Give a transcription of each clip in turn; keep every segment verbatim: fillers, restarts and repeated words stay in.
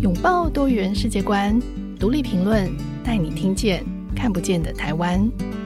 拥抱多元世界观，独立评论，带你听见看不见的台湾。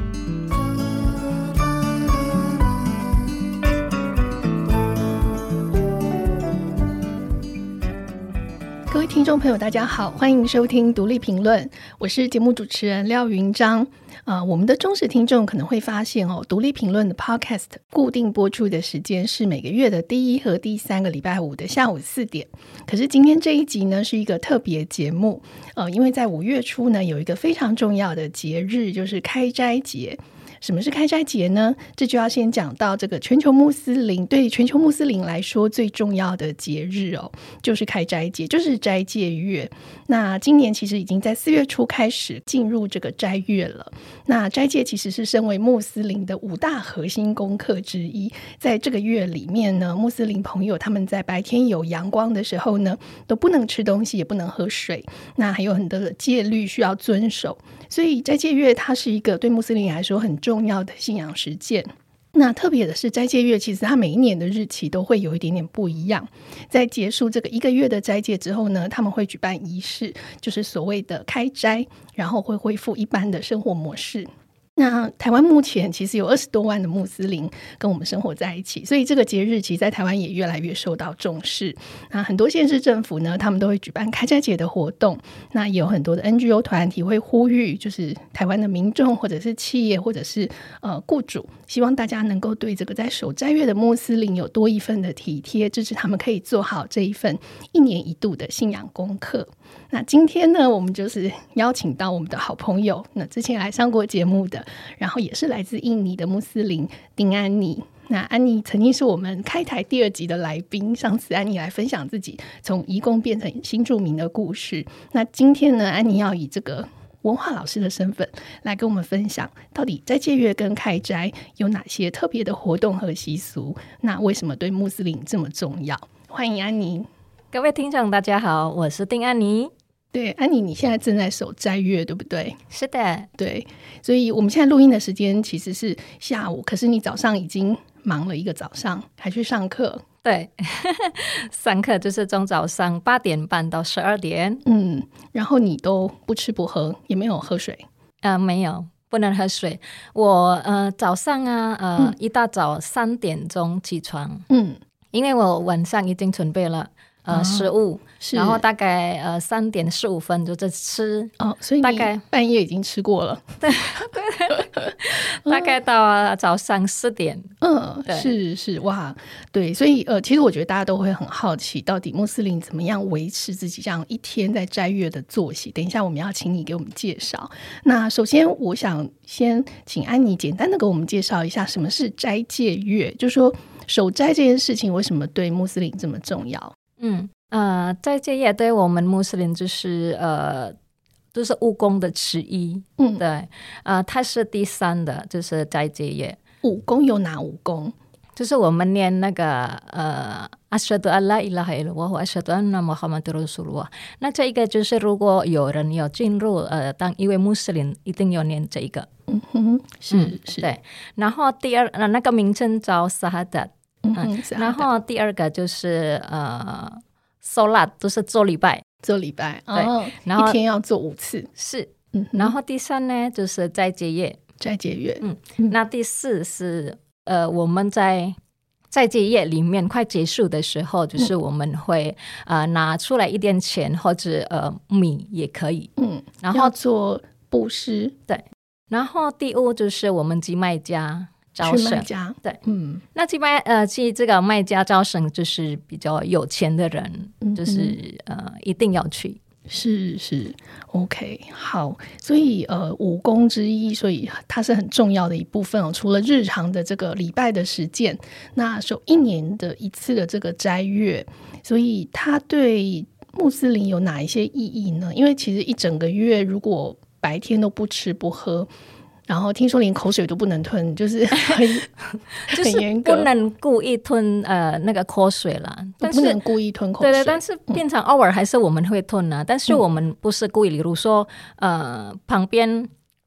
各位听众朋友大家好，欢迎收听独立评论，我是节目主持人廖云章。呃，我们的忠实听众可能会发现哦，独立评论的 podcast 固定播出的时间是每个月的第一和第三个礼拜五的下午四点。可是今天这一集呢是一个特别节目，呃，因为在五月初呢有一个非常重要的节日，就是开斋节。什么是开斋节呢？这就要先讲到这个全球穆斯林，对全球穆斯林来说最重要的节日哦，就是开斋节，就是斋戒月。那今年其实已经在四月初开始进入这个斋月了。那斋戒其实是身为穆斯林的五大核心功课之一，在这个月里面呢，穆斯林朋友他们在白天有阳光的时候呢，都不能吃东西，也不能喝水，那还有很多的戒律需要遵守。所以斋戒月它是一个对穆斯林来说很重要的信仰实践。那特别的是斋戒月其实它每一年的日期都会有一点点不一样，在结束这个一个月的斋戒之后呢，他们会举办仪式，就是所谓的开斋，然后会恢复一般的生活模式。那台湾目前其实有二十多万的穆斯林跟我们生活在一起，所以这个节日其实在台湾也越来越受到重视。那很多县市政府呢，他们都会举办开斋节的活动，那也有很多的 N G O 团体会呼吁，就是台湾的民众或者是企业或者是呃雇主，希望大家能够对这个在守斋月的穆斯林有多一份的体贴，支持他们可以做好这一份一年一度的信仰功课。那今天呢，我们就是邀请到我们的好朋友，那之前来上过节目的，然后也是来自印尼的穆斯林丁安妮。那安妮曾经是我们开台第二集的来宾，上次安妮来分享自己从移工变成新住民的故事。那今天呢，安妮要以这个文化老师的身份来跟我们分享，到底斋戒月跟开斋有哪些特别的活动和习俗，那为什么对穆斯林这么重要？欢迎安妮。 各位听众大家好，我是丁安妮。 对，安妮你现在正在守斋月对不对？ 是的， 对，所以我们现在录音的时间其实是下午，可是你早上已经忙了一个早上，还去上课。 对上课就是从早上八点半到十二点。 嗯，然后你都不吃不喝，也没有喝水？ 呃，没有，不能喝水。我呃早上啊呃、嗯、一大早三点钟起床。嗯，因为我晚上已经准备了呃，食物，然后大概呃三点十五分就在吃哦，所以你半夜已经吃过了， 对对，大概到早上四点， 嗯，是是哇，对，所以呃，其实我觉得大家都会很好奇，到底穆斯林怎么样维持自己这样一天在斋月的作息？等一下我们要请你给我们介绍。那首先我想先请安妮简单的给我们介绍一下什么是斋戒月，就是说守斋这件事情为什么对穆斯林这么重要？ 嗯呃，斋戒月对我们穆斯林就是呃，就是五功的之一。嗯，对，呃，它是第三的，就是斋戒月。 五功有哪五功？ 就是我们念那个呃，阿舍杜安拉伊拉哈伊鲁瓦，阿舍杜安那穆罕默德拉苏鲁瓦。那这一个就是如果有人有进入呃当一位穆斯林，一定要念这一个。 嗯哼，是、嗯、是。 对，然后第二呃那个名称叫萨哈达。嗯，然后第二个就是呃 ，solat 就是做礼拜， 做礼拜， 对，哦、然后一天要做五次， 是，嗯，然后第三呢就是斋戒月， 斋戒月， 嗯，嗯那第四是呃我们在斋戒月里面快结束的时候，就是我们会、嗯、呃拿出来一点钱或者呃米也可以， 嗯，然后做布施， 对，然后第五就是我们寄卖家。招生，对，嗯，那去卖呃，去这个卖家招生就是比较有钱的人，嗯、就是呃，一定要去。 是是 ，OK， 好，所以呃，五功之一，所以它是很重要的一部分哦。除了日常的这个礼拜的实践，那守一年的一次的这个斋月，所以它对穆斯林有哪一些意义呢？因为其实一整个月，如果白天都不吃不喝。然后听说连口水都不能吞，就是很很严格， 就是不能故意吞呃那个口水啦，但是不能故意吞口水。 对对，但是变成偶尔还是我们会吞啊、嗯，但是我们不是故意。比如说呃旁边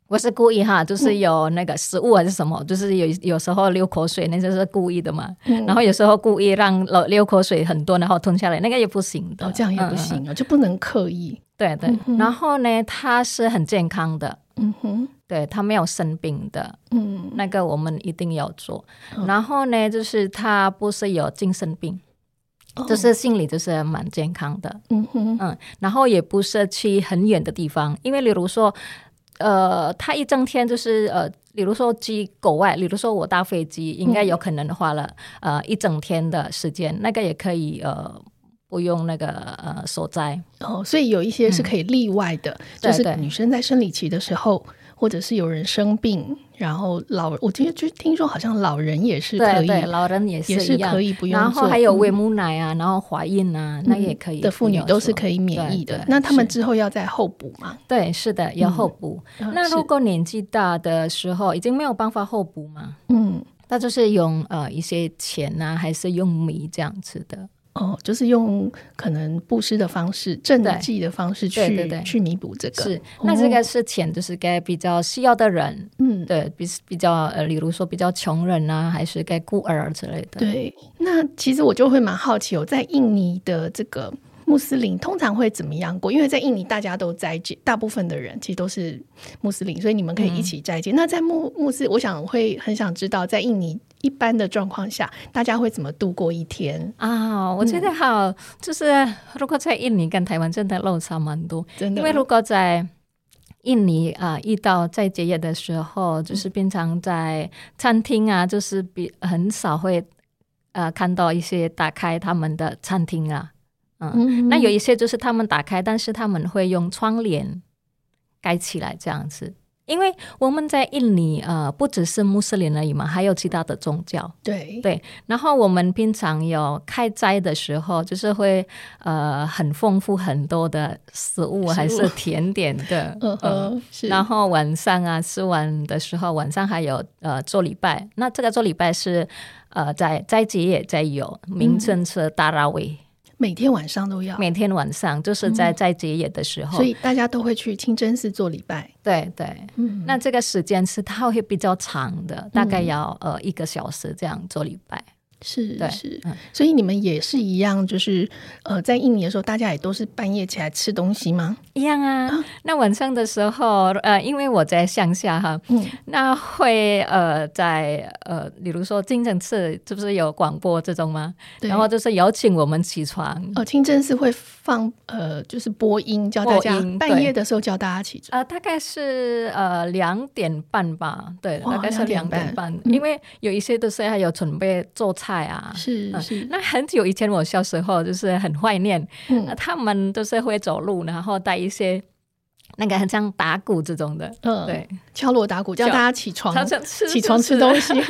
我是故意哈，就是有那个食物还是什么，嗯、就是有有时候流口水，那就是故意的嘛。嗯、然后有时候故意让流口水很多，然后吞下来，那个也不行的。 哦，这样也不行哦，嗯、就不能刻意。 对对、嗯，然后呢，它是很健康的，嗯哼，对，它没有生病的，嗯，那个我们一定要做。嗯、然后呢，就是它不是有精神病。就是心理就是蛮健康的，嗯哼，嗯，然后也不是去很远的地方，因为例如说，呃，他一整天就是呃，例如说去国外，例如说我搭飞机，应该有可能花了、嗯、呃一整天的时间，那个也可以呃不用那个呃所在哦，所以有一些是可以例外的，嗯、就是女生在生理期的时候。或者是有人生病，然后老我听就听说好像老人也是可以， 对对，老人也是也是可以不用做， 然后还有喂母奶啊，嗯、然后怀孕啊，那也可以的妇女都是可以免疫的。那他们之后要再候补吗？ 对，是的，要候补。嗯、那如果年纪大的时候已经没有办法候补嘛，嗯，那就是用呃一些钱啊，还是用米这样子的。 哦，就是用可能布施的方式、赈济的方式去对对对去弥补这个。 是，那这个是钱，就是给比较需要的人，嗯，对，比比较呃，例如说比较穷人啊，还是给孤儿之类的。 对，那其实我就会蛮好奇，有在印尼的这个穆斯林通常会怎么样过？因为在印尼大家都斋戒，大部分的人其实都是穆斯林，所以你们可以一起斋戒。嗯、那在穆穆斯，我想会很想知道，在印尼一般的状况下，大家会怎么度过一天啊？我觉得好，嗯、就是如果在印尼跟台湾真的落差蛮多， 真的。 因为如果在印尼啊，遇到在节日的时候，就是平常在餐厅啊，就是比很少会呃看到一些打开他们的餐厅啊。嗯，嗯那有一些就是他们打开，但是他们会用窗帘盖起来这样子，因为我们在印尼呃不只是穆斯林而已嘛，还有其他的宗教。 对对，然后我们平常有开斋的时候，就是会呃很丰富很多的食物还是甜点的， 嗯嗯，是。 然后晚上啊吃完的时候，晚上还有呃做礼拜，那这个做礼拜是呃在斋节也在有，名称是达拉维。嗯每天晚上都要， 每天晚上就是在在节夜的时候、嗯， 所以大家都会去清真寺做礼拜。 对对、嗯，那这个时间是它会比较长的，大概要、嗯、呃一个小时这样做礼拜。 是是、嗯，所以你们也是一样，就是呃，在印尼的时候，大家也都是半夜起来吃东西吗？ 一样啊。啊那晚上的时候，呃，因为我在乡下哈，嗯，那会呃在呃，比如说清真寺，是不是有广播这种吗？然后就是邀请我们起床。 哦，清真寺会放呃，就是播音，叫大家半夜的时候叫大家起床。 呃，大概是呃两点半吧，对，大概是两点半，嗯、因为有一些都是还有准备做菜。啊、 是是、 嗯，那很久以前我小时候就是很怀念、嗯呃、他们都是会走路，然后带一些那个很像打鼓这种的，嗯，对， 敲锣打鼓叫大家起床吃起床吃东西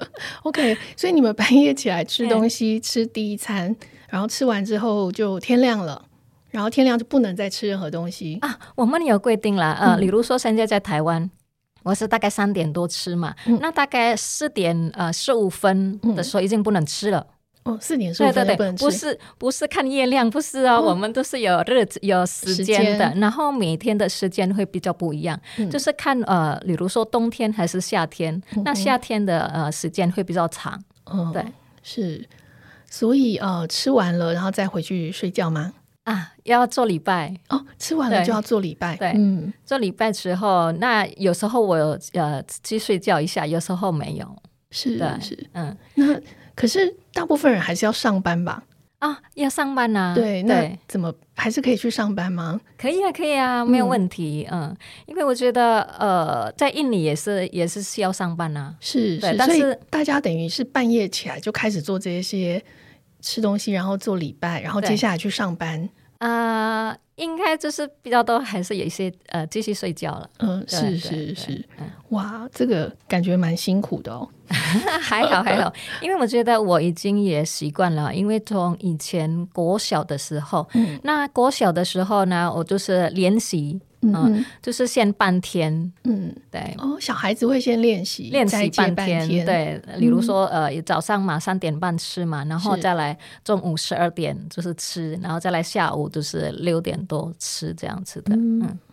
OK， 所以你们半夜起来吃东西、嗯、吃第一餐，然后吃完之后就天亮了，然后天亮就不能再吃任何东西啊。我们有规定了，呃，比、嗯、如说现在在台湾我是大概三点多吃嘛、嗯、那大概四点呃十五分的时候已经不能吃了、 嗯、哦，四点十五分不能吃。 对对对，不是不是看月亮，不是哦、嗯、我们都是有日子有时间的，然后每天的时间会比较不一样、嗯、就是看呃比如说冬天还是夏天、嗯、那夏天的呃时间会比较长。嗯，对， 是。所以呃吃完了然后再回去睡觉吗？ 啊，要做礼拜哦，吃完了就要做礼拜。 对，嗯，做礼拜之后，那有时候我有呃去睡觉一下，有时候没有。 是是，嗯，那可是大部分人还是要上班吧？ 啊，要上班啊。 对，那怎么还是可以去上班吗？ 可以啊，可以啊，没有问题。嗯，嗯因为我觉得呃，在印尼也是也是需要上班啊。 是是，但是大家等于是半夜起来就开始做这些。吃东西，然后做礼拜，然后接下来去上班。 啊、呃，应该就是比较多，还是有一些呃继续睡觉了。 嗯，是是是、嗯，哇，这个感觉蛮辛苦的哦。 还好还好，因为我觉得我已经也习惯了，因为从以前国小的时候，嗯、那国小的时候呢，我就是练习。嗯, 嗯，就是先半天，嗯，对， 哦，小孩子会先练习， 练习半天，对，例如说，嗯、呃，早上嘛三点半吃嘛，然后再来中午十二点就是吃，然后再来下午就是六点多吃这样子的，嗯。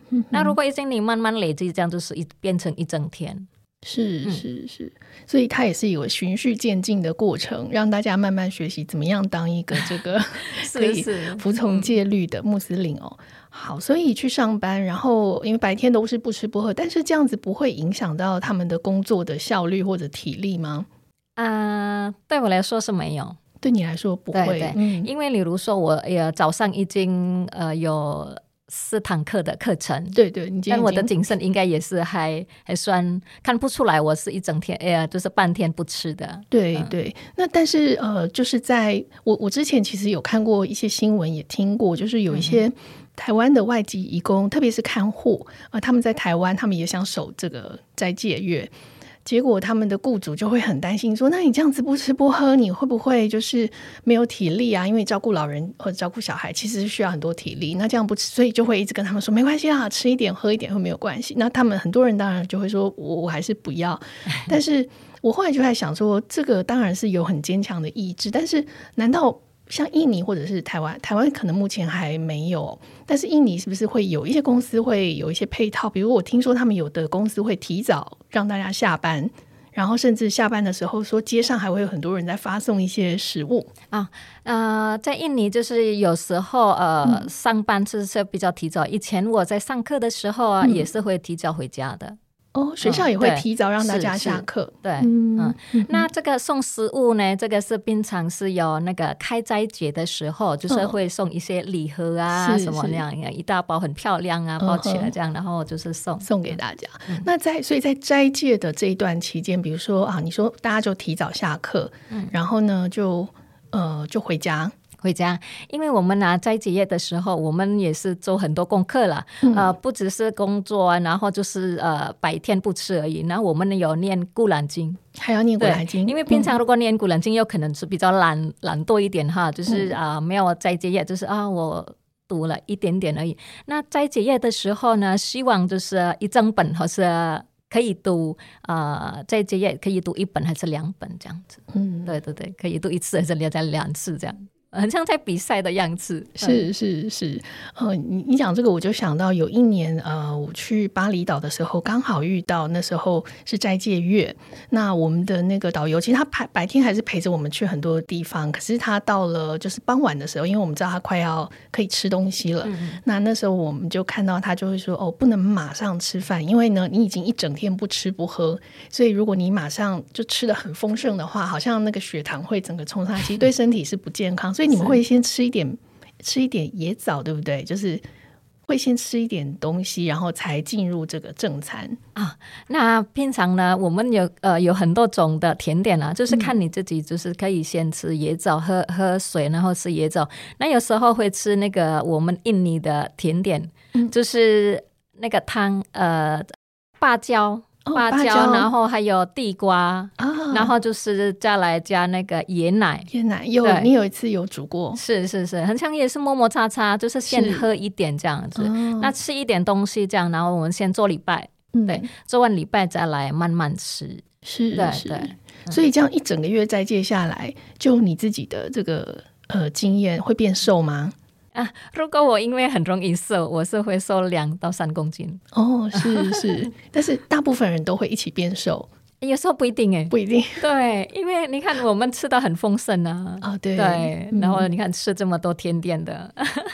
嗯、那如果已经你慢慢累积，这样就是一变成一整天。 是是是，所以它也是有循序渐进的过程，让大家慢慢学习怎么样当一个这个可以服从戒律的穆斯林哦。好，所以去上班，然后因为白天都是不吃不喝，但是这样子不会影响到他们的工作的效率或者体力吗？ 啊、呃，对我来说是没有。 对你来说不会， 对对、嗯、因为例如说我也早上已经呃有四堂课的课程， 对对，你今天但我的精神应该也是还还算看不出来我是一整天哎呀就是半天不吃的。 对对、嗯、那但是呃就是在我我之前其实有看过一些新闻，也听过，就是有一些台湾的外籍移工、嗯、特别是看护、呃、他们在台湾他们也想守这个斋戒月，结果他们的雇主就会很担心说，那你这样子不吃不喝，你会不会就是没有体力啊？因为照顾老人或者照顾小孩其实是需要很多体力，那这样不吃，所以就会一直跟他们说没关系啊，吃一点喝一点会没有关系。那他们很多人当然就会说我我还是不要，但是我后来就在想说，这个当然是有很坚强的意志，但是难道像印尼或者是台湾，台湾可能目前还没有，但是印尼是不是会有一些公司会有一些配套？比如我听说他们有的公司会提早让大家下班，然后甚至下班的时候说街上还会有很多人在发送一些食物啊。呃，在印尼就是有时候呃、嗯、上班是比较提早，以前我在上课的时候啊、嗯、也是会提早回家的。 哦，学校也会提早让大家下课、 嗯、对，嗯, 嗯那这个送食物呢，这个是平常是有那个开斋节的时候，就是会送一些礼盒啊、哦、什么那样一大包很漂亮啊，包起来这样、嗯、然后就是送送给大家、嗯、那在所以在斋戒的这一段期间，比如说啊，你说大家就提早下课、嗯、然后呢就呃就回家回家，因为我们拿斋戒夜的时候，我们也是做很多功课了、嗯、呃，不只是工作，然后就是呃白天不吃而已。然后我们有念古兰经， 还要念古兰经， 因为平常如果念古兰经，有可能是比较懒懒惰一点哈，就是啊、呃、没有斋戒夜，就是啊我读了一点点而已。那斋戒夜的时候呢，希望就是一整本或是可以读呃斋戒夜可以读一本还是两本这样子。嗯，对对对，可以读一次还是两两次这样。很像在比赛的样子。 是是是、呃、你, 你讲这个我就想到有一年呃，我去巴厘岛的时候刚好遇到那时候是斋戒月，那我们的那个导游其实他白白天还是陪着我们去很多地方，可是他到了就是傍晚的时候，因为我们知道他快要可以吃东西了、嗯、那那时候我们就看到他就会说哦，不能马上吃饭，因为呢你已经一整天不吃不喝，所以如果你马上就吃得很丰盛的话，好像那个血糖会整个冲上来，其实对身体是不健康，所以你们会先吃一点吃一点野枣，对不对？就是会先吃一点东西，然后才进入这个正餐啊。那平常呢，我们有呃有很多种的甜点啊，就是看你自己，就是可以先吃野枣，喝喝水，然后吃野枣。那有时候会吃那个我们印尼的甜点，嗯、就是那个汤呃芭蕉。芭蕉, 芭蕉然后还有地瓜、啊、然后就是再来加那个椰奶椰奶有你有一次有煮过， 是是是，很像也是摸摸擦擦，就是先喝一点这样子、哦、那吃一点东西这样，然后我们先做礼拜、嗯、对，做完礼拜再来慢慢吃， 是对是对、嗯、所以这样一整个月斋戒下来，就你自己的这个呃经验会变瘦吗？ 啊，如果我因为很容易瘦，我是会瘦两到三公斤。 哦，是是，但是大部分人都会一起变瘦， 有时候不一定哎， 不一定。 对，因为你看我们吃的很丰盛啊， 哦对对、嗯，然后你看吃这么多甜点的。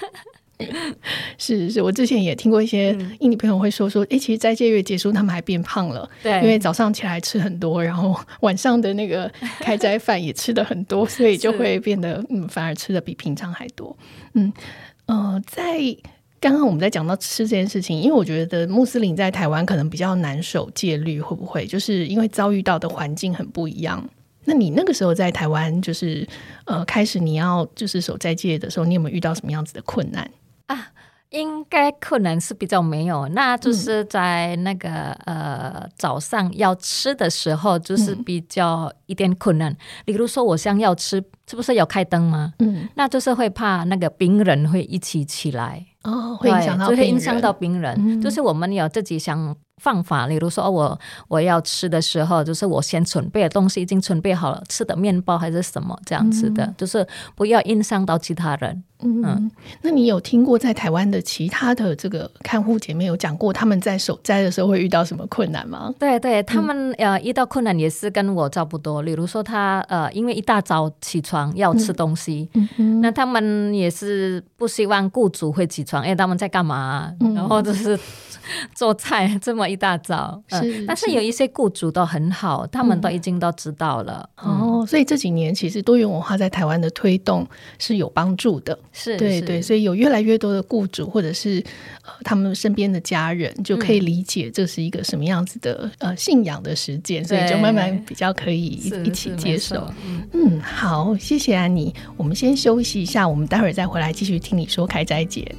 是是，我之前也听过一些印尼朋友会说说，哎、欸，其实斋戒月结束他们还变胖了，对，因为早上起来吃很多，然后晚上的那个开斋饭也吃的很多，所以就会变得嗯，反而吃的比平常还多。嗯呃，在刚刚我们在讲到吃这件事情，因为我觉得穆斯林在台湾可能比较难守戒律，会不会就是因为遭遇到的环境很不一样？那你那个时候在台湾就是呃开始你要就是守斋戒的时候，你有没有遇到什么样子的困难啊？应该困难是比较没有，那就是在那个、嗯、呃早上要吃的时候就是比较一点困难、嗯、例如说我想要吃是不是有开灯吗？嗯，那就是会怕那个病人会一起起来。 哦，会影响到病人， 就会影响到病人、嗯、就是我们有自己想方法，例如说我我要吃的时候，就是我先准备的东西已经准备好了，吃的面包还是什么这样子的、嗯、就是不要影响到其他人。 嗯, 嗯，那你有听过在台湾的其他的这个看护姐妹有讲过他们在守斋的时候会遇到什么困难吗？ 对对，他们、嗯、呃遇到困难也是跟我差不多，例如说他呃因为一大早起床要吃东西、嗯嗯、那他们也是不希望雇主会起床，因为他们在干嘛、啊嗯、然后就是做菜这么一大早、呃、是但是有一些雇主都很好，他们都已经都知道了、 嗯、哦，所以这几年其实多元文化在台湾的推动是有帮助的。 是， 对对，所以有越来越多的雇主或者是、呃、他们身边的家人就可以理解这是一个什么样子的、嗯呃、信仰的实践，所以就慢慢比较可以一起接受。嗯, 嗯，好，谢谢安妮，我们先休息一下，我们待会儿再回来继续听你说开斋节。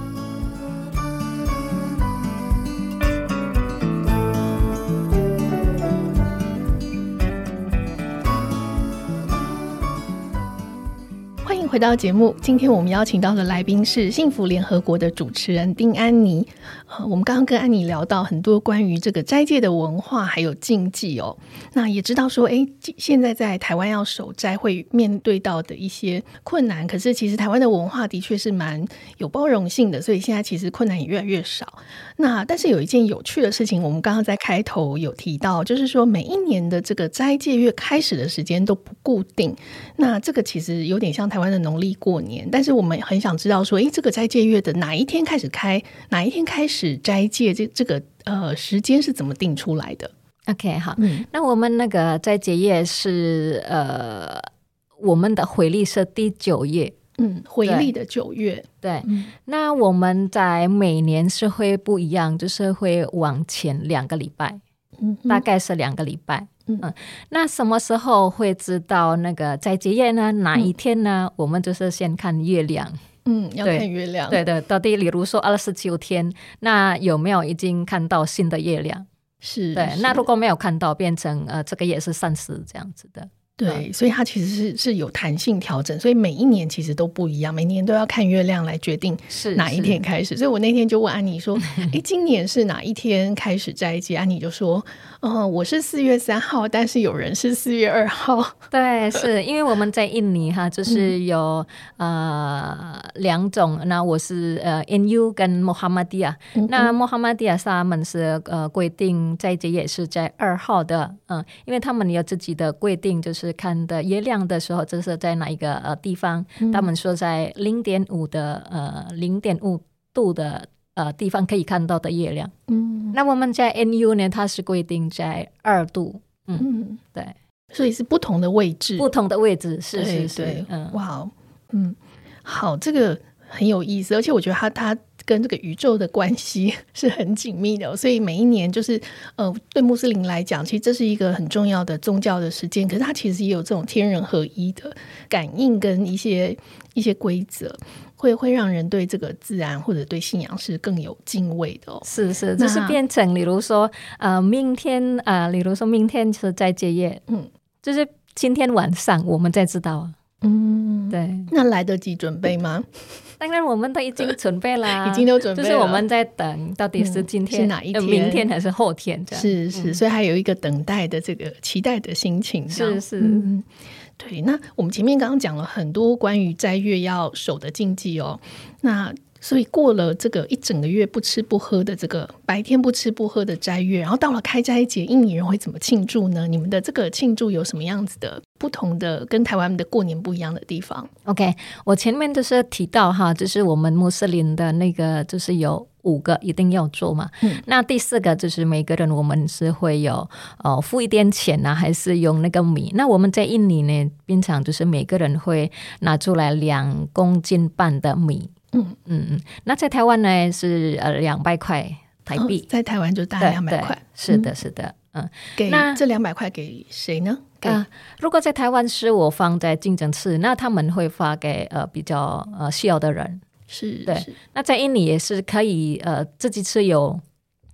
回到节目，今天我们邀请到的来宾是幸福联合国的主持人丁安妮、呃、我们刚刚跟安妮聊到很多关于这个斋戒的文化还有禁忌哦，那也知道说诶现在在台湾要守斋会面对到的一些困难，可是其实台湾的文化的确是蛮有包容性的，所以现在其实困难也越来越少。那但是有一件有趣的事情，我们刚刚在开头有提到，就是说每一年的这个斋戒月开始的时间都不固定，那这个其实有点像台湾的农历过年，但是我们很想知道说诶这个斋戒月的哪一天开始开，哪一天开始斋戒，这这个呃时间是怎么定出来的？ OK 好、嗯、那我们那个斋戒月是呃我们的回历是第九月， 嗯，回历的九月， 对、嗯、那我们在每年是会不一样，就是会往前两个礼拜、嗯、大概是两个礼拜。嗯嗯，那什么时候会知道那个斋戒月呢？哪一天呢、嗯、我们就是先看月亮。 嗯，要看月亮。 对对，到底例如说二十九天，那有没有已经看到新的月亮？ 是， 对。那如果没有看到，变成呃这个也是三十这样子的。 对、嗯、所以它其实是是有弹性调整，所以每一年其实都不一样，每年都要看月亮来决定哪一天开始。所以我那天就问安妮说诶今年是哪一天开始斋戒？安妮就说呃，我是四月三号，但是有人是四月二号。 对，是因为我们在印尼哈，就是有、嗯、呃两种，那我是呃 N U 跟 Muhammadiyah、嗯、那 Muhammadiyah 他们是呃规定斋戒也是在二号的，嗯，因为他们有自己的规定，就是看的月亮的时候，这是在哪一个呃地方、嗯、他们说在零点五的呃零点五度的呃地方可以看到的月亮。嗯，那我们在 N U 呢，它是规定在二度。嗯, 嗯对， 所以是不同的位置， 不同的位置，是是是， 对，嗯，哇，嗯，好，这个很有意思，而且我觉得它它跟这个宇宙的关系是很紧密的、哦，所以每一年就是呃，对穆斯林来讲，其实这是一个很重要的宗教的时间，可是它其实也有这种天人合一的感应跟一些一些规则。会会让人对这个自然或者对信仰是更有敬畏的哦。 是是，就是变成例如说呃，明天呃，例如说明天是斋戒月，嗯，就是今天晚上我们才知道啊。嗯，对。 那来得及准备吗？ 当然我们都已经准备啦， 已经都准备了， 就是我们在等到底是今天、 嗯、是哪一天、呃、 明天还是后天这样。 是是、嗯、所以还有一个等待的这个期待的心情。 是是、 嗯，对。那我们前面刚刚讲了很多关于斋月要守的禁忌哦，那所以过了这个一整个月不吃不喝的这个白天不吃不喝的斋月，然后到了开斋节，印尼人会怎么庆祝呢？你们的这个庆祝有什么样子的不同的，跟台湾的过年不一样的地方？ OK， 我前面就是提到哈，就是我们穆斯林的那个就是有五个一定要做嘛、嗯、那第四个就是每个人我们是会有呃付一点钱啊，还是用那个米。那我们在印尼呢，平常就是每个人会拿出来两公斤半的米。嗯嗯嗯，那在台湾呢是呃两百块台币、 哦，在台湾就大概两百块。 是的是的。嗯， 给那这两百块给谁呢？给、呃、 如果在台湾是我放在金正寺，那他们会发给呃比较呃需要的人。 是， 对是。 那在印尼也是可以呃自己吃有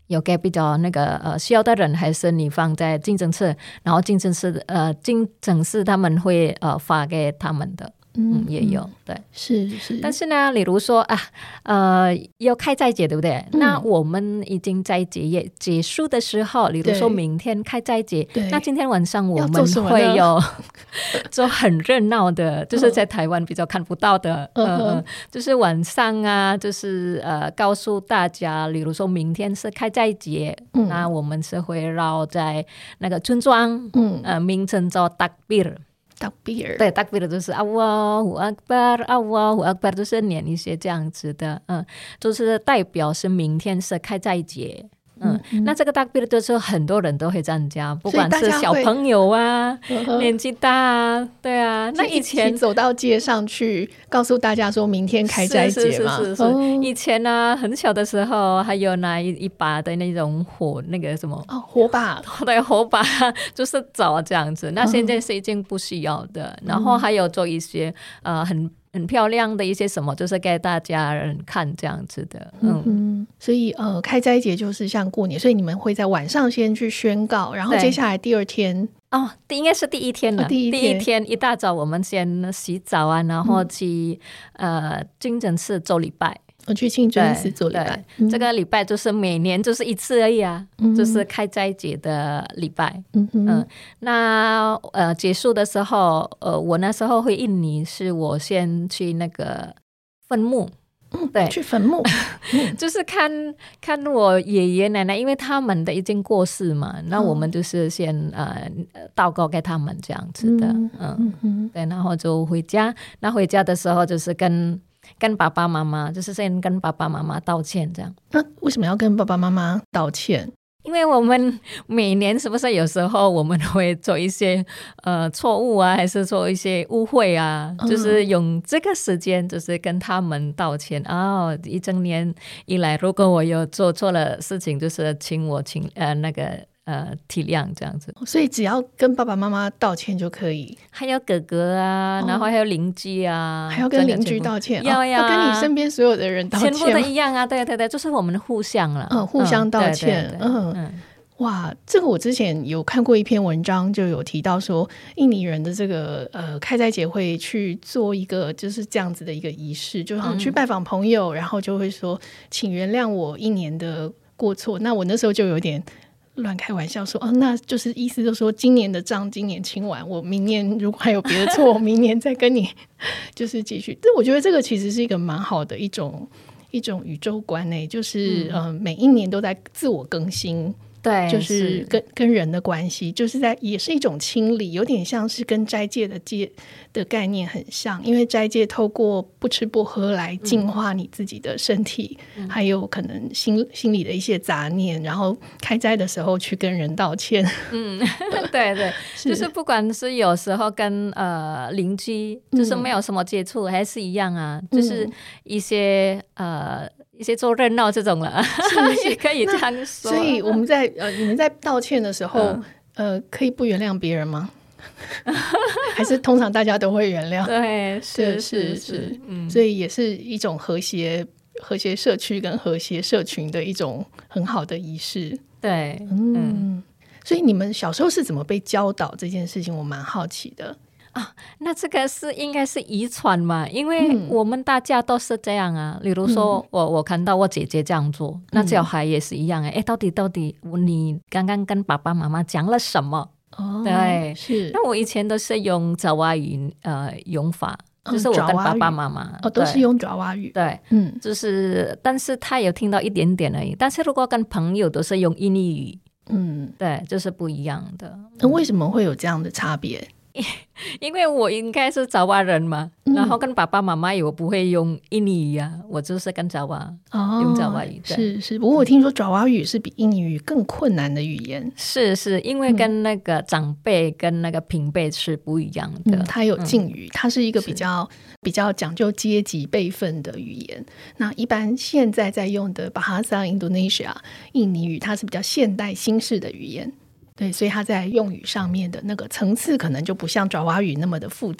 有给比较那个呃需要的人，还是你放在急诊室，然后急诊室呃急诊室他们会呃发给他们的。嗯，也有，对， 是是。 但是呢，例如说啊，呃，要开斋节，对不对？嗯、那我们已经斋节也结束的时候，例如说明天开斋节，那今天晚上我们会有做很热闹的，就是在台湾比较看不到的，嗯、呃呃，就是晚上啊，就是呃，告诉大家，例如说明天是开斋节，嗯、那我们是会绕在那个村庄，嗯，呃，名称叫Takbir。Takbir 对 Takbir 就是Allahu Akbar Allahu Akbar 就是念一些这样子的，嗯，就是代表是明天是开斋节。嗯，嗯那这个 Takbir 就是很多人都会参加，不管是小朋友啊，年纪大啊，对啊。那以前一起走到街上去，告诉大家说明天开斋节嘛。 是是是是是、哦、以前呢、啊，很小的时候还有拿 一, 一把的那种火，那个什么哦，火把， 对，火把就是走这样子。那现在是已经不需要的，嗯、然后还有做一些呃很。很漂亮的一些什么，就是给大家人看这样子的，嗯， 嗯所以呃，开斋节就是像过年，所以你们会在晚上先去宣告，然后接下来第二天哦，应该是第一天了，哦、第, 一天第一天一大早我们先洗澡啊，然后去、嗯、呃急诊室做礼拜。 我去清真寺做礼拜、 嗯、这个礼拜就是每年就是一次而已啊、嗯、就是开斋节的礼拜。嗯嗯、呃，那呃结束的时候呃我那时候回印尼，是我先去那个坟墓。 嗯，对，去坟墓就是看看我爷爷奶奶，因为他们的已经过世嘛，那我们就是先呃祷告给他们这样子的。嗯 嗯, 嗯对，然后就回家，那回家的时候就是跟跟爸爸妈妈，就是先跟爸爸妈妈道歉这样。 那为什么要跟爸爸妈妈道歉？ 因为我们每年是不是有时候我们会做一些呃错误啊，还是做一些误会啊、嗯、就是用这个时间就是跟他们道歉哦，一整年以来如果我有做错了事情，就是请我请呃那个呃体谅这样子。 所以只要跟爸爸妈妈道歉就可以？ 还有哥哥啊、哦、然后还有邻居啊， 还要跟邻居道歉？ 要呀、 哦、要跟你身边所有的人道歉， 全部都一样啊。对对对，就是我们互相了， 嗯，互相道歉。 嗯，对对对嗯嗯哇，这个我之前有看过一篇文章，就有提到说印尼人的这个呃开斋节会去做一个就是这样子的一个仪式，就好像去拜访朋友、嗯、然后就会说请原谅我一年的过错。那我那时候就有点乱开玩笑说哦，那就是意思就是说今年的账今年清完，我明年如果还有别的错我明年再跟你就是继续。但我觉得这个其实是一个蛮好的一种一种宇宙观呢，就是、嗯呃、每一年都在自我更新。 对， 就是跟跟人的关系，就是在也是一种清理，有点像是跟斋戒的戒的概念很像，因为斋戒透过不吃不喝来净化你自己的身体、嗯、还有可能心心里的一些杂念，然后开斋的时候去跟人道歉。嗯， 对对，就是不管是有时候跟呃邻居就是没有什么接触、嗯、还是一样啊，就是一些呃一些做热闹这种了，也可以这样说。 所以我们在呃，你们在道歉的时候、嗯、呃，可以不原谅别人吗？还是通常大家都会原谅？ 对，是是 是, 是、嗯、所以也是一种和谐和谐社区跟和谐社群的一种很好的仪式。 对， 嗯，嗯所以你们小时候是怎么被教导这件事情？我蛮好奇的。 啊，那这个是应该是遗传嘛，因为我们大家都是这样啊。比、嗯、如说我我看到我姐姐这样做、嗯、那小孩也是一样哎，到底到底你刚刚跟爸爸妈妈讲了什么？哦，对， 是。 那我以前都是用爪哇语呃用法，就是我跟爸爸妈妈、 哦、都是用爪哇语。 对，嗯，就是但是他有听到一点点而已。但是如果跟朋友都是用印尼语，嗯，对，就是不一样的。 那为什么会有这样的差别？ 因为我应该是爪哇人嘛、嗯、然后跟爸爸妈妈我不会用印尼语啊，我就是跟爪哇、哦、用爪哇语。 是是，不过我听说爪哇语是比印尼语更困难的语言。 是是，因为跟那个长辈跟那个平辈是不一样的、 嗯、它有敬语、嗯、它是一个比较比较讲究阶级辈分的语言。那一般现在在用的 Bahasa Indonesia 印尼语，它是比较现代新式的语言。对，所以它在用语上面的那个层次可能就不像爪哇语那么的复杂。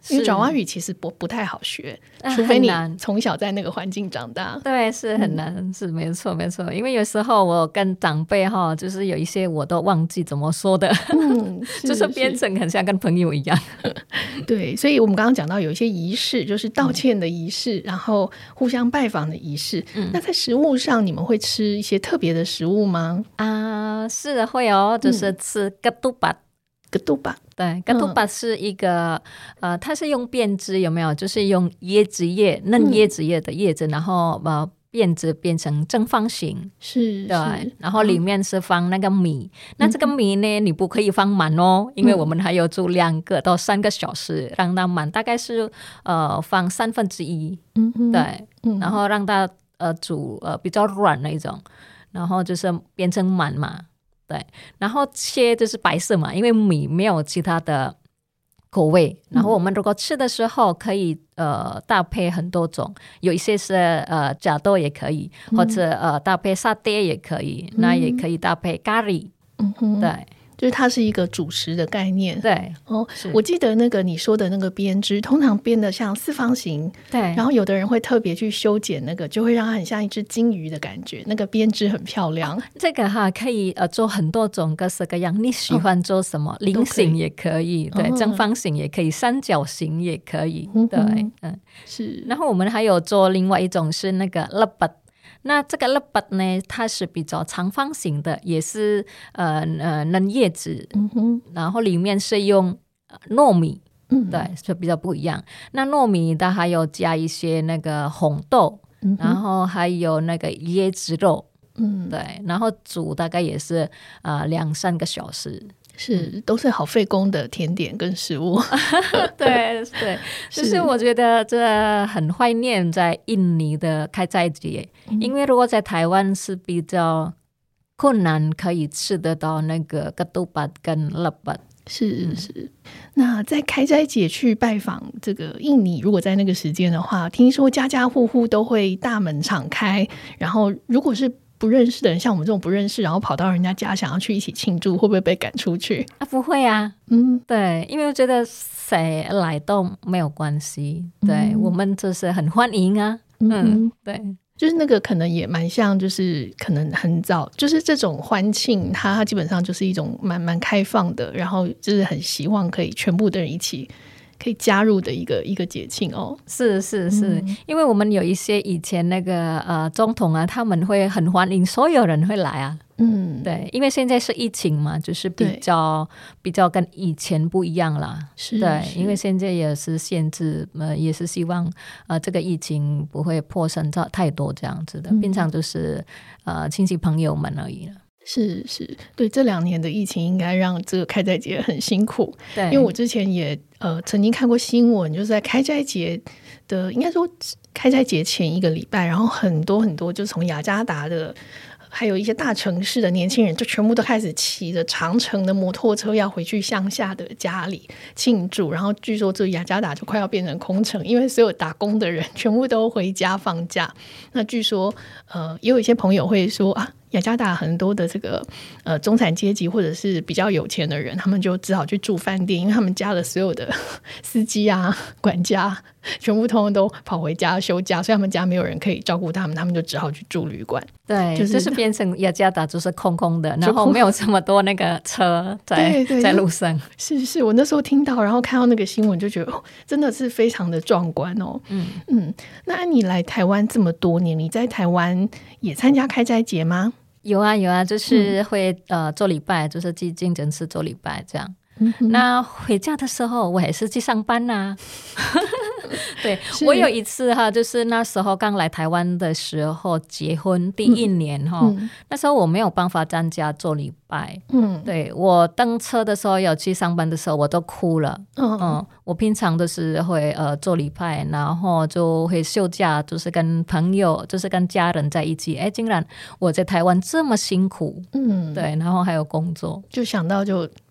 因为爪哇语其实不不太好学，除非你从小在那个环境长大。 对，是很难，嗯、是没错没错。因为有时候我跟长辈哈，就是有一些我都忘记怎么说的，嗯、是就是变成很像跟朋友一样。 对，所以我们刚刚讲到有一些仪式，就是道歉的仪式，嗯、然后互相拜访的仪式。嗯、那在食物上，你们会吃一些特别的食物吗？ 啊，是的，会哦，就是吃格杜巴。 格杜巴， 对，格杜巴是一个、嗯、呃，它是用编织，有没有？就是用椰子叶、嫩椰子叶的叶子，嗯、然后呃编织变成正方形， 是， 对，然后里面是放那个米。嗯、那这个米呢，你不可以放满哦，因为我们还有煮两个到三个小时，让它满，大概是呃放三分之一，嗯嗯，对，嗯、然后让它呃煮呃比较软那种，然后就是变成满嘛。对，然后切就是白色嘛，因为米没有其他的口味。然后我们如果吃的时候可以呃搭配很多种，有一些是呃假豆也可以，或者呃搭配沙爹也可以，嗯、那也可以搭配咖喱。嗯哼，对。 就是它是一个主食的概念， 对哦。我记得那个你说的那个编织，通常编的像四方形， 对。 然后有的人会特别去修剪那个，就会让它很像一只金鱼的感觉。那个编织很漂亮。哦、 这个哈可以呃做很多种各式各样，你喜欢做什么？菱、哦、形也可以，对，哦、正方形也可以，三角形也可以，嗯、对，嗯， 是。 然后我们还有做另外一种是那个勒巴。那这个勒巴呢，它是比较长方形的，也是呃呃嫩叶子，嗯哼，然后里面是用糯米，嗯，对，就比较不一样。那糯米它还有加一些那个红豆，嗯、然后还有那个椰子肉，嗯，对，然后煮大概也是呃两三个小时。 是，都是好费工的甜点跟食物。 对对，就是我觉得这很怀念在印尼的开斋节，嗯、因为如果在台湾是比较困难可以吃得到那个格杜巴跟勒巴。 是是、嗯，那在开斋节去拜访这个印尼，如果在那个时间的话，听说家家户户都会大门敞开，然后如果是不认识的人，像我们这种不认识，然后跑到人家家想要去一起庆祝，会不会被赶出去啊？不会啊，嗯，对，因为我觉得谁来都没有关系，对、嗯、我们就是很欢迎啊，嗯，嗯对， 就是那个可能也蛮像，就是可能很早，就是这种欢庆，它基本上就是一种蛮蛮开放的，然后就是很希望可以全部的人一起可以加入的一个一个节庆哦。 是是是、嗯、因为我们有一些以前那个呃总统啊，他们会很欢迎所有人会来啊。嗯，对，因为现在是疫情嘛，就是比较比较跟以前不一样啦。 是， 对，因为现在也是限制，呃，也是希望呃这个疫情不会扩散到太多这样子的，平常就是呃亲戚朋友们而已了。 是是，对，这两年的疫情应该让这个开斋节很辛苦。 对， 因为我之前也呃曾经看过新闻，就是在开斋节的，应该说开斋节前一个礼拜，然后很多很多就从雅加达的。还有一些大城市的年轻人就全部都开始骑着长程的摩托车要回去乡下的家里庆祝，然后据说这雅加达就快要变成空城，因为所有打工的人全部都回家放假。那据说呃，也有一些朋友会说啊，雅加达很多的这个呃中产阶级或者是比较有钱的人，他们就只好去住饭店，因为他们家的所有的司机啊管家全部通通都跑回家休假，所以他们家没有人可以照顾他们，他们就只好去住旅馆。 对，就是、就是变成雅加达就是空空的，然后没有这么多那个车在对对在路上。 是是，我那时候听到然后看到那个新闻就觉得、哦、真的是非常的壮观哦。嗯嗯，那你来台湾这么多年，你在台湾也参加开斋节吗？ 有啊有啊，就是会、嗯、呃做礼拜，就是去清真寺做礼拜这样。嗯、那回家的时候我也是去上班啊。对，我有一次哈，就是那时候刚来台湾的时候结婚第一年哈、嗯嗯，那时候我没有办法参加做礼拜。嗯，对，我登车的时候有去上班的时候我都哭了。嗯, 嗯我平常都是会呃做礼拜，然后就会休假，就是跟朋友就是跟家人在一起。哎，竟然我在台湾这么辛苦。嗯，对，然后还有工作， 就想到就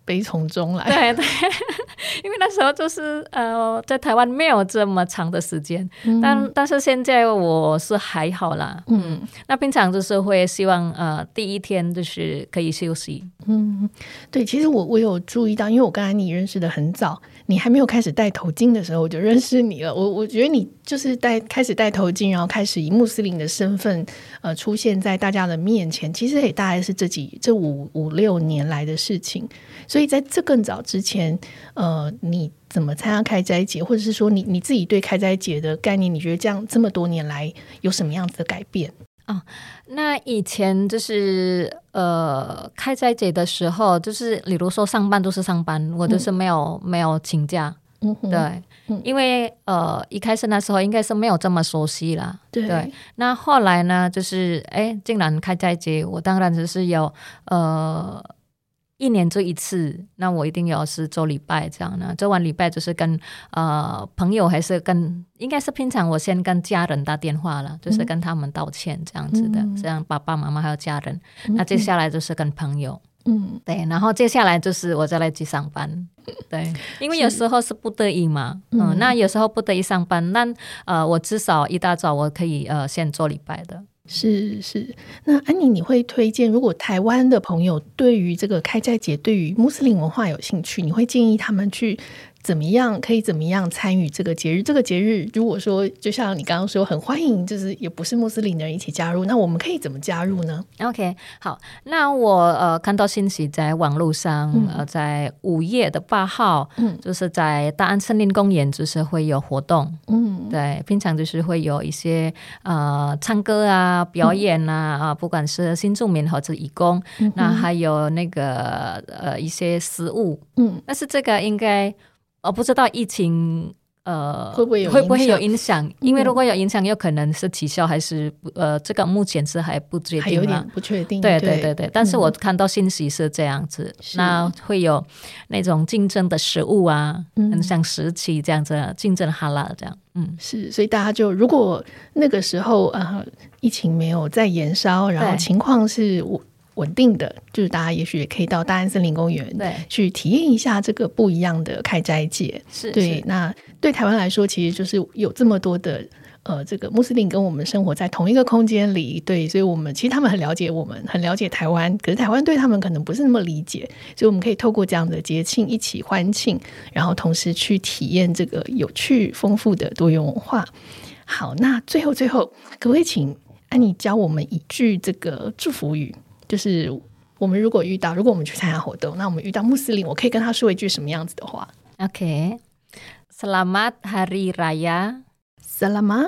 悲从中来。 对对，因为那时候就是呃，在台湾没有这么长的时间，嗯、但但是现在我是还好啦。嗯，那平常就是会希望呃第一天就是可以休息。 嗯，对，其实我我有注意到，因为我跟安妮认识的很早，你还没有开始戴头巾的时候我就认识你了。我我觉得你就是戴开始戴头巾，然后开始以穆斯林的身份呃出现在大家的面前，其实也大概是这几这五五六年来的事情。所以在这更早之前，呃，你怎么参加开斋节，或者是说你你自己对开斋节的概念，你觉得这样这么多年来有什么样子的改变？ 哦，那以前就是呃开斋节的时候，就是比如说上班都是上班，我就是没有、嗯、没有请假。嗯、对、嗯，因为呃一开始那时候应该是没有这么熟悉啦。 对, 对，那后来呢就是哎，竟然开斋节，我当然就是有呃一年做一次，那我一定要是周礼拜这样呢。周完礼拜就是跟呃朋友，还是跟应该是平常我先跟家人打电话了，就是跟他们道歉这样子的，嗯、这样爸爸妈妈还有家人、嗯。那接下来就是跟朋友，嗯，对，然后接下来就是我再来去上班，对，因为有时候是不得已嘛，嗯，嗯那有时候不得已上班，那呃我至少一大早我可以呃先做礼拜的。 是是，那安妮，你会推荐，如果台湾的朋友对于这个开斋节，对于穆斯林文化有兴趣，你会建议他们去怎么样，可以怎么样参与这个节日？这个节日如果说就像你刚刚说很欢迎就是也不是穆斯林的人一起加入，那我们可以怎么加入呢？ OK， 好，那我呃看到信息在网络上、嗯、呃在五月的八号、嗯、就是在大安森林公园就是会有活动，嗯，对，平常就是会有一些呃唱歌啊表演啊、嗯、啊，不管是新住民或者义工、嗯、那还有那个呃一些食物，嗯，但是这个应该我不知道疫情呃会不会有会不会有影响、嗯、因为如果有影响有可能是取消还是呃这个目前是还不确定， 还有点不确定， 对对对对，但是我看到信息是这样子、嗯、那会有那种竞争的食物啊、嗯、很像石岐这样子竞争哈拉这样，嗯， 是，所以大家就如果那个时候呃疫情没有再延烧，然后情况是稳定的，就是大家也许也可以到大安森林公园去体验一下这个不一样的开斋节。 是， 对，那对台湾来说其实就是有这么多的呃，这个穆斯林跟我们生活在同一个空间里，对，所以我们其实他们很了解我们，很了解台湾，可是台湾对他们可能不是那么理解，所以我们可以透过这样的节庆一起欢庆，然后同时去体验这个有趣丰富的多元文化。好，那最后最后可不可以请安妮教我们一句这个祝福语，就是我们如果遇到如果我们去参加活动，那我们遇到穆斯林，我可以跟他说一句什么样子的话？ OK， Selamat Hari Raya Selamat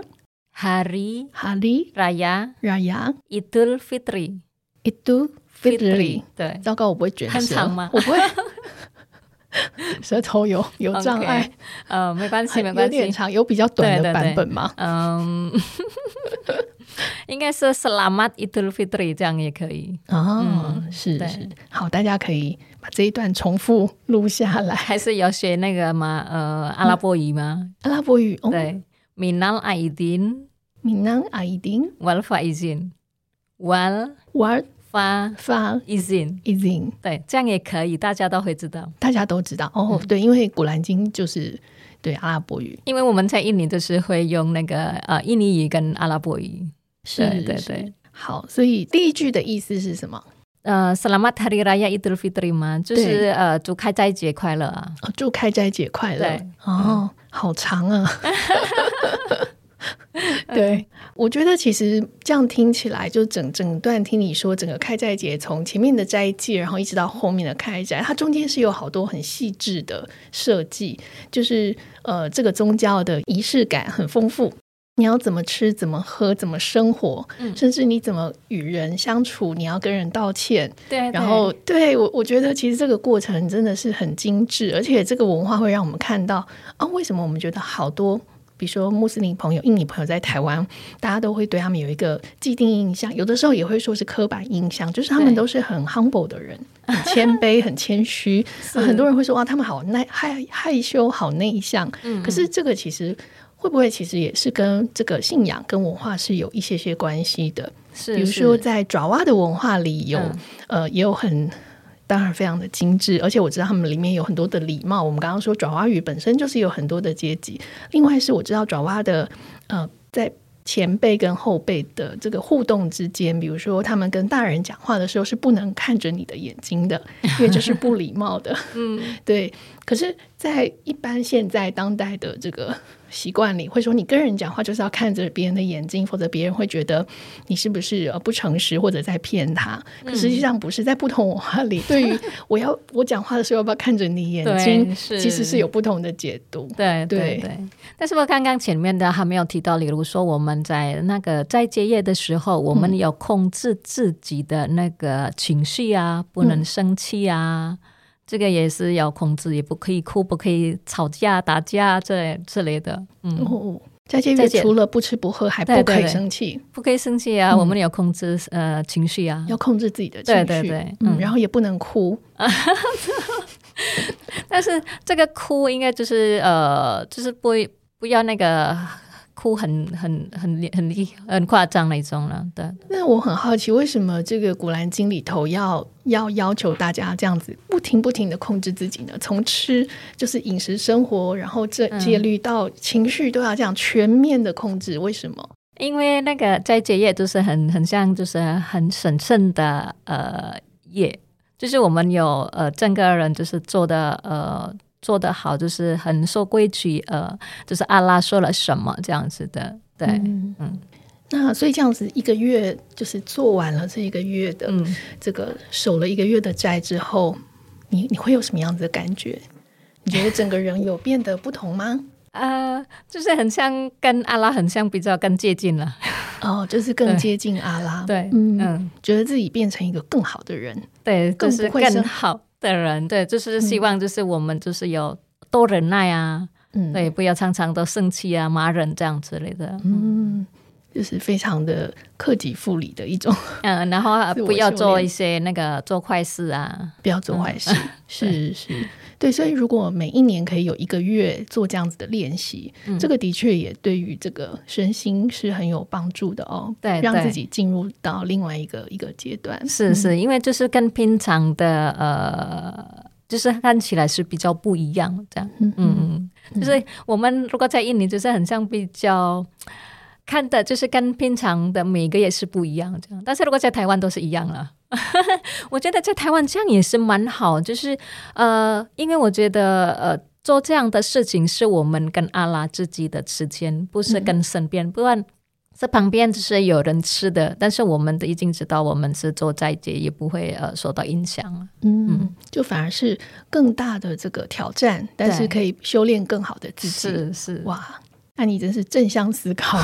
Hari Hari Raya Raya Idul Fitri Idul Fitri， 对， 糟糕，我不会卷舌， 很长吗？ 我不会舌头有有障碍、okay, 呃，没关系没关系， 有点长，有比较短的版本吗？ 嗯，应该是 Selamat Idul Fitri 这样也可以哦、嗯、是是，好，大家可以把这一段重复录下来。 还是有学那个吗？呃，阿拉伯语吗？ 嗯、阿拉伯语、哦、 对， Minal Aidin Minal Aidin Wal Faizin Wal Wal 发发 izin izin， 对，这样也可以，大家都会知道， 大家都知道哦、嗯。对，因为古兰经就是对阿拉伯语， 因为我们在印尼就是会用那个呃印尼语跟阿拉伯语， 是，对对对。好，所以第一句的意思是什么？ 呃 Selamat Hari Raya Idul Fitri 嘛，就是呃祝开斋节快乐啊、 哦！祝开斋节快乐，对哦、嗯，好长啊。对，我觉得其实这样听起来，就整整段听你说整个开斋节从前面的斋戒，然后一直到后面的开斋，它中间是有好多很细致的设计，就是呃这个宗教的仪式感很丰富，你要怎么吃怎么喝怎么生活、嗯、甚至你怎么与人相处，你要跟人道歉， 对， 然后对我我觉得其实这个过程真的是很精致，而且这个文化会让我们看到啊，为什么我们觉得好多比如说穆斯林朋友印尼朋友在台湾，大家都会对他们有一个既定印象，有的时候也会说是刻板印象，就是他们都是很 humble 的人，很谦卑很谦虚很多人会说哇他们好害害羞好内向、嗯、可是这个其实会不会其实也是跟这个信仰跟文化是有一些些关系的？是，比如说在爪哇的文化里有、嗯、呃也有很当然非常的精致，而且我知道他们里面有很多的礼貌。我们刚刚说爪哇语本身就是有很多的阶级，另外是我知道爪哇的呃在前辈跟后辈的这个互动之间，比如说他们跟大人讲话的时候是不能看着你的眼睛的，因为这是不礼貌的嗯，对。可是在一般现在当代的这个习惯里，会说你跟人讲话就是要看着别人的眼睛，否则别人会觉得你是不是不诚实或者在骗他。可实际上不是，在不同文化里，对于我要我讲话的时候要不要看着你眼睛，其实是有不同的解读。 对对 对, 对。但是我刚刚前面的还没有提到，例如说我们在那个斋戒夜的时候，我们有控制自己的那个情绪啊，不能生气啊。嗯，这个也是要控制，也不可以哭，不可以吵架打架之类之类的。嗯， 哦，斋戒月除了不吃不喝还不可以生气。对对对， 不可以生气啊、嗯、我们有控制呃情绪啊， 要控制自己的情绪。 对对对、 嗯、然后也不能哭但是这个哭应该就是呃就是不不要那个哭很很很很很夸张那种了。对， 那我很好奇，为什么这个古兰经里头要要要求大家这样子不停不停的控制自己呢？从吃就是饮食生活，然后这戒律到情绪都要这样全面的控制，为什么？ 因为那个斋戒夜就是很很像就是很神圣的呃夜，就是我们有呃整个人就是做的呃做得好，就是很受规矩，呃，就是阿拉说了什么这样子的。对， 嗯, 嗯那所以这样子一个月就是做完了这一个月的、嗯、这个守了一个月的斋之后，你你会有什么样子的感觉？你觉得整个人有变得不同吗？ 呃，就是很像跟阿拉很像，比较更接近了。 哦，就是更接近阿拉。 对，嗯嗯， 觉得自己变成一个更好的人。 对，就是更好的人。对，就是希望就是我们就是有多忍耐啊，嗯，对，不要常常都生气啊骂人这样之类的。嗯， 就是非常的克己复礼的一种。 嗯，然后不要做一些那个做坏事啊， 不要做坏事。嗯、是是，对，所以如果每一年可以有一个月做这样子的练习、嗯、这个的确也对于这个身心是很有帮助的哦。对，让自己进入到另外一个一个阶段。 是是、嗯、因为就是跟平常的呃就是看起来是比较不一样这样。嗯嗯，就是我们如果在印尼就是很像比较看的就是跟平常的每个也是不一样这样，但是如果在台湾都是一样了我觉得在台湾这样也是蛮好，就是呃，因为我觉得呃做这样的事情是我们跟阿拉自己的时间，不是跟身边、嗯、不然在旁边只是有人吃的，但是我们已经知道我们是做斋戒，也不会呃受到影响。 嗯, 嗯就反而是更大的这个挑战，但是可以修炼更好的自己。 是是， 哇，安妮真是正向思考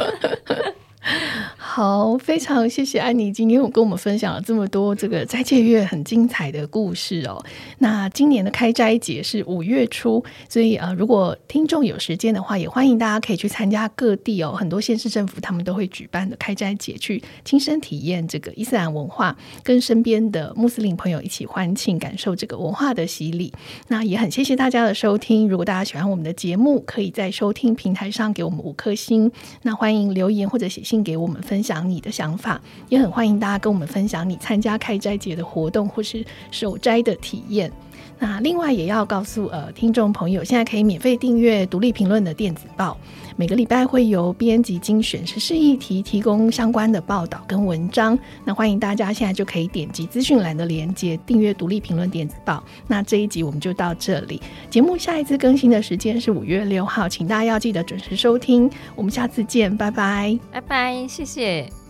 好，非常谢谢安妮今天有跟我们分享了这么多这个斋戒月很精彩的故事哦。那今年的开斋节是五月初，所以呃，如果听众有时间的话，也欢迎大家可以去参加各地哦，很多县市政府他们都会举办的开斋节，去亲身体验这个伊斯兰文化，跟身边的穆斯林朋友一起欢庆，感受这个文化的洗礼。那也很谢谢大家的收听，如果大家喜欢我们的节目，可以在收听平台上给我们五颗星，那欢迎留言或者写信给我们分享你的想法，也很欢迎大家跟我们分享你参加开斋节的活动或是守斋的体验。那另外也要告诉呃听众朋友，现在可以免费订阅独立评论的电子报，每个礼拜会由编辑精选时事议题，提供相关的报道跟文章。那欢迎大家现在就可以点击资讯栏的连结订阅独立评论电子报。那这一集我们就到这里，节目下一次更新的时间是五月六号，请大家要记得准时收听，我们下次见，拜拜。 拜拜，谢谢。